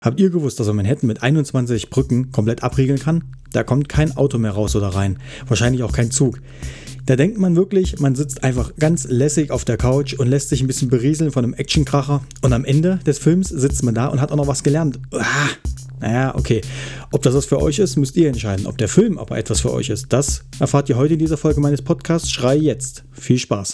Habt ihr gewusst, dass man Manhattan mit 21 Brücken komplett abriegeln kann? Da kommt kein Auto mehr raus oder rein. Wahrscheinlich auch kein Zug. Da denkt man wirklich, man sitzt einfach ganz lässig auf der Couch und lässt sich ein bisschen berieseln von einem Actionkracher. Und am Ende des Films sitzt man da und hat auch noch was gelernt. Naja, okay. Ob das was für euch ist, müsst ihr entscheiden. Ob der Film aber etwas für euch ist, das erfahrt ihr heute in dieser Folge meines Podcasts Schrei jetzt. Viel Spaß.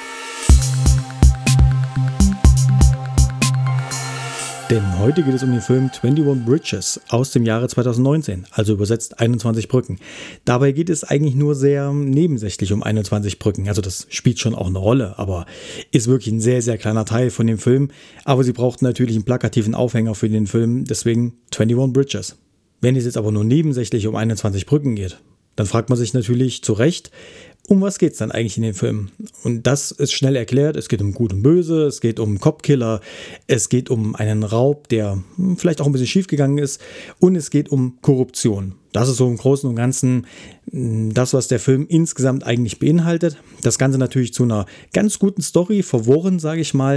Denn heute geht es um den Film 21 Bridges aus dem Jahre 2019, also übersetzt 21 Brücken. Dabei geht es eigentlich nur sehr nebensächlich um 21 Brücken. Also das spielt schon auch eine Rolle, aber ist wirklich ein sehr, sehr kleiner Teil von dem Film. Aber sie brauchten natürlich einen plakativen Aufhänger für den Film, deswegen 21 Bridges. Wenn es jetzt aber nur nebensächlich um 21 Brücken geht, dann fragt man sich natürlich zu Recht, um was geht es dann eigentlich in dem Film? Und das ist schnell erklärt. Es geht um Gut und Böse, es geht um Cop-Killer, es geht um einen Raub, der vielleicht auch ein bisschen schief gegangen ist, und es geht um Korruption. Das ist so im Großen und Ganzen das, was der Film insgesamt eigentlich beinhaltet. Das Ganze natürlich zu einer ganz guten Story, verworren, sage ich mal,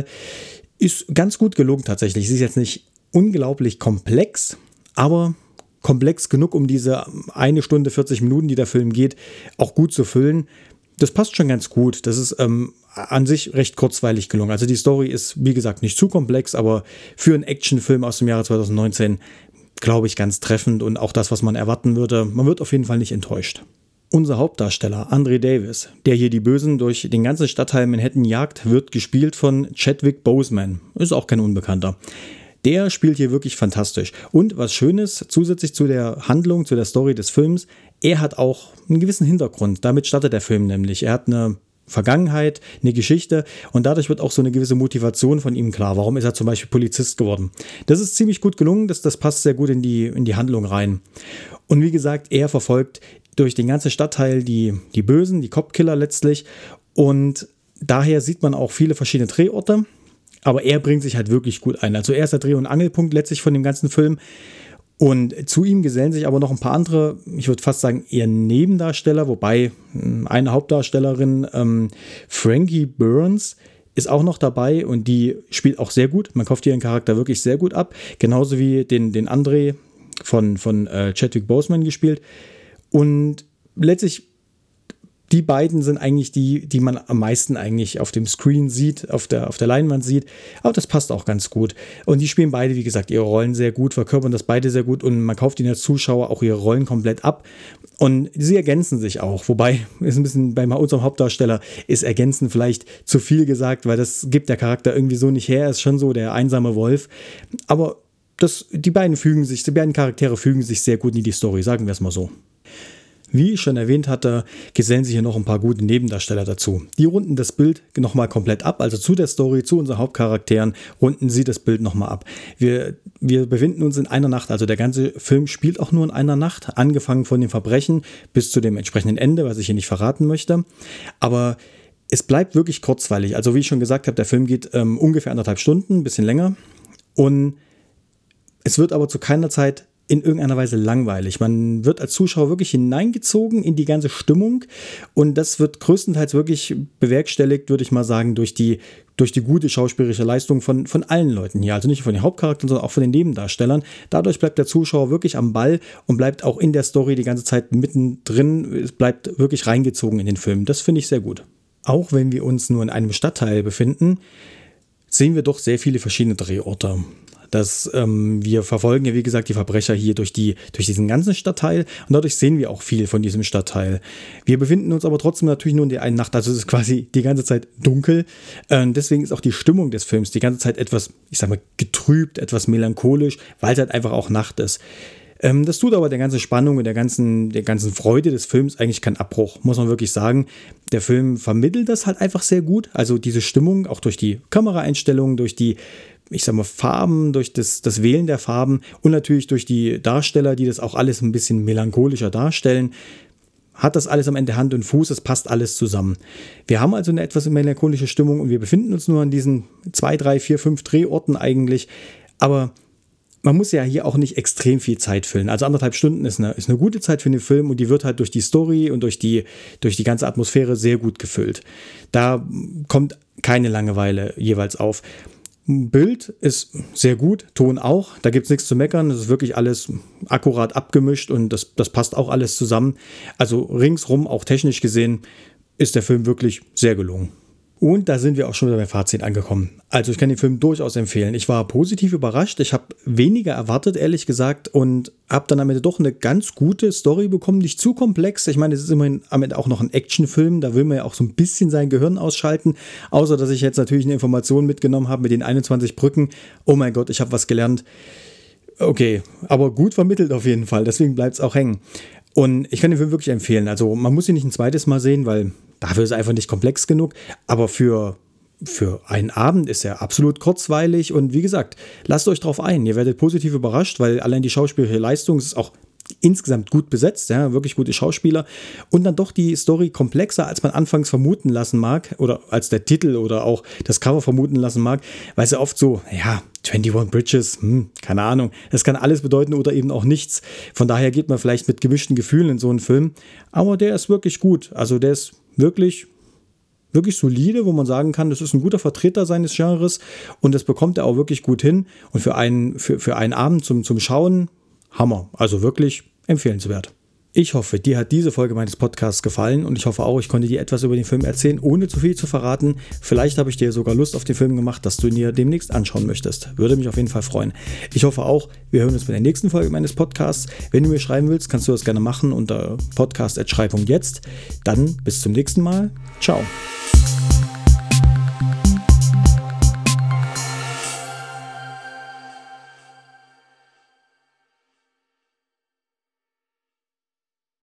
ist ganz gut gelungen tatsächlich. Sie ist jetzt nicht unglaublich komplex, aber komplex genug, um diese 1 Stunde 40 Minuten, die der Film geht, auch gut zu füllen. Das passt schon ganz gut. Das ist an sich recht kurzweilig gelungen. Also die Story ist, wie gesagt, nicht zu komplex, aber für einen Actionfilm aus dem Jahre 2019, glaube ich, ganz treffend und auch das, was man erwarten würde. Man wird auf jeden Fall nicht enttäuscht. Unser Hauptdarsteller, Andre Davis, der hier die Bösen durch den ganzen Stadtteil Manhattan jagt, wird gespielt von Chadwick Boseman. Ist auch kein Unbekannter. Der spielt hier wirklich fantastisch. Und was Schönes, zusätzlich zu der Handlung, zu der Story des Films, er hat auch einen gewissen Hintergrund. Damit startet der Film nämlich. Er hat eine Vergangenheit, eine Geschichte, und dadurch wird auch so eine gewisse Motivation von ihm klar. Warum ist er zum Beispiel Polizist geworden? Das ist ziemlich gut gelungen, das passt sehr gut in die Handlung rein. Und wie gesagt, er verfolgt durch den ganzen Stadtteil die Bösen, die Cop-Killer letztlich, und daher sieht man auch viele verschiedene Drehorte. Aber er bringt sich halt wirklich gut ein. Also er ist der Dreh- und Angelpunkt letztlich von dem ganzen Film. Und zu ihm gesellen sich aber noch ein paar andere, ich würde fast sagen eher Nebendarsteller, wobei eine Hauptdarstellerin, Frankie Burns, ist auch noch dabei, und die spielt auch sehr gut. Man kauft ihren Charakter wirklich sehr gut ab. Genauso wie den André von Chadwick Boseman gespielt. Und letztlich die beiden sind eigentlich die man am meisten eigentlich auf dem Screen sieht, auf der Leinwand sieht. Aber das passt auch ganz gut. Und die spielen beide, wie gesagt, ihre Rollen sehr gut, verkörpern das beide sehr gut, und man kauft ihnen als Zuschauer auch ihre Rollen komplett ab. Und sie ergänzen sich auch. Wobei, ist ein bisschen bei unserem Hauptdarsteller, ist ergänzen vielleicht zu viel gesagt, weil das gibt der Charakter irgendwie so nicht her. Er ist schon so der einsame Wolf. Aber die beiden Charaktere fügen sich sehr gut in die Story, sagen wir es mal so. Wie ich schon erwähnt hatte, gesellen sich hier noch ein paar gute Nebendarsteller dazu. Die runden das Bild nochmal komplett ab, also zu der Story, zu unseren Hauptcharakteren, runden sie das Bild nochmal ab. Wir befinden uns in einer Nacht, also der ganze Film spielt auch nur in einer Nacht, angefangen von dem Verbrechen bis zu dem entsprechenden Ende, was ich hier nicht verraten möchte. Aber es bleibt wirklich kurzweilig. Also wie ich schon gesagt habe, der Film geht ungefähr 1,5 Stunden, ein bisschen länger. Und es wird aber zu keiner Zeit in irgendeiner Weise langweilig. Man wird als Zuschauer wirklich hineingezogen in die ganze Stimmung, und das wird größtenteils wirklich bewerkstelligt, würde ich mal sagen, durch die gute schauspielerische Leistung von allen Leuten hier. Also nicht von den Hauptcharakteren, sondern auch von den Nebendarstellern. Dadurch bleibt der Zuschauer wirklich am Ball und bleibt auch in der Story die ganze Zeit mittendrin. Es bleibt wirklich reingezogen in den Film. Das finde ich sehr gut. Auch wenn wir uns nur in einem Stadtteil befinden, sehen wir doch sehr viele verschiedene Drehorte. Wir verfolgen ja, wie gesagt, die Verbrecher hier durch diesen ganzen Stadtteil, und dadurch sehen wir auch viel von diesem Stadtteil. Wir befinden uns aber trotzdem natürlich nur in der einen Nacht, also es ist quasi die ganze Zeit dunkel. Deswegen ist auch die Stimmung des Films die ganze Zeit etwas, ich sag mal, getrübt, etwas melancholisch, weil es halt einfach auch Nacht ist. Das tut aber der ganzen Spannung und der ganzen Freude des Films eigentlich keinen Abbruch, muss man wirklich sagen. Der Film vermittelt das halt einfach sehr gut, also diese Stimmung, auch durch die Kameraeinstellungen, durch die, ich sag mal, Farben, durch das Wählen der Farben und natürlich durch die Darsteller, die das auch alles ein bisschen melancholischer darstellen, hat das alles am Ende Hand und Fuß, es passt alles zusammen. Wir haben also eine etwas melancholische Stimmung, und wir befinden uns nur an diesen 2, 3, 4, 5 Drehorten eigentlich, aber man muss ja hier auch nicht extrem viel Zeit füllen. Also 1,5 Stunden ist eine gute Zeit für den Film, und die wird halt durch die Story und durch die ganze Atmosphäre sehr gut gefüllt. Da kommt keine Langeweile jeweils auf. Bild ist sehr gut, Ton auch, da gibt es nichts zu meckern, das ist wirklich alles akkurat abgemischt und das passt auch alles zusammen. Also ringsrum, auch technisch gesehen, ist der Film wirklich sehr gelungen. Und da sind wir auch schon wieder beim Fazit angekommen. Also ich kann den Film durchaus empfehlen. Ich war positiv überrascht. Ich habe weniger erwartet, ehrlich gesagt, und habe dann am Ende doch eine ganz gute Story bekommen, nicht zu komplex. Ich meine, es ist immerhin am Ende auch noch ein Actionfilm. Da will man ja auch so ein bisschen sein Gehirn ausschalten. Außer, dass ich jetzt natürlich eine Information mitgenommen habe mit den 21 Brücken. Oh mein Gott, ich habe was gelernt. Okay, aber gut vermittelt auf jeden Fall. Deswegen bleibt es auch hängen. Und ich kann den Film wirklich empfehlen. Also man muss ihn nicht ein zweites Mal sehen, weil dafür ist er einfach nicht komplex genug. Aber für einen Abend ist er absolut kurzweilig. Und wie gesagt, lasst euch drauf ein. Ihr werdet positiv überrascht, weil allein die schauspielerische Leistung ist auch insgesamt gut besetzt, ja, wirklich gute Schauspieler. Und dann doch die Story komplexer, als man anfangs vermuten lassen mag. Oder als der Titel oder auch das Cover vermuten lassen mag. Weil es ja oft so, ja, 21 Bridges, keine Ahnung. Das kann alles bedeuten oder eben auch nichts. Von daher geht man vielleicht mit gemischten Gefühlen in so einen Film. Aber der ist wirklich gut. Also der ist wirklich solide, wo man sagen kann, das ist ein guter Vertreter seines Genres und das bekommt er auch wirklich gut hin. Und für einen Abend zum Schauen, Hammer. Also wirklich empfehlenswert. Ich hoffe, dir hat diese Folge meines Podcasts gefallen und ich hoffe auch, ich konnte dir etwas über den Film erzählen, ohne zu viel zu verraten. Vielleicht habe ich dir sogar Lust auf den Film gemacht, dass du ihn dir demnächst anschauen möchtest. Würde mich auf jeden Fall freuen. Ich hoffe auch, wir hören uns bei der nächsten Folge meines Podcasts. Wenn du mir schreiben willst, kannst du das gerne machen unter podcast@schrei.jetzt. Dann bis zum nächsten Mal. Ciao.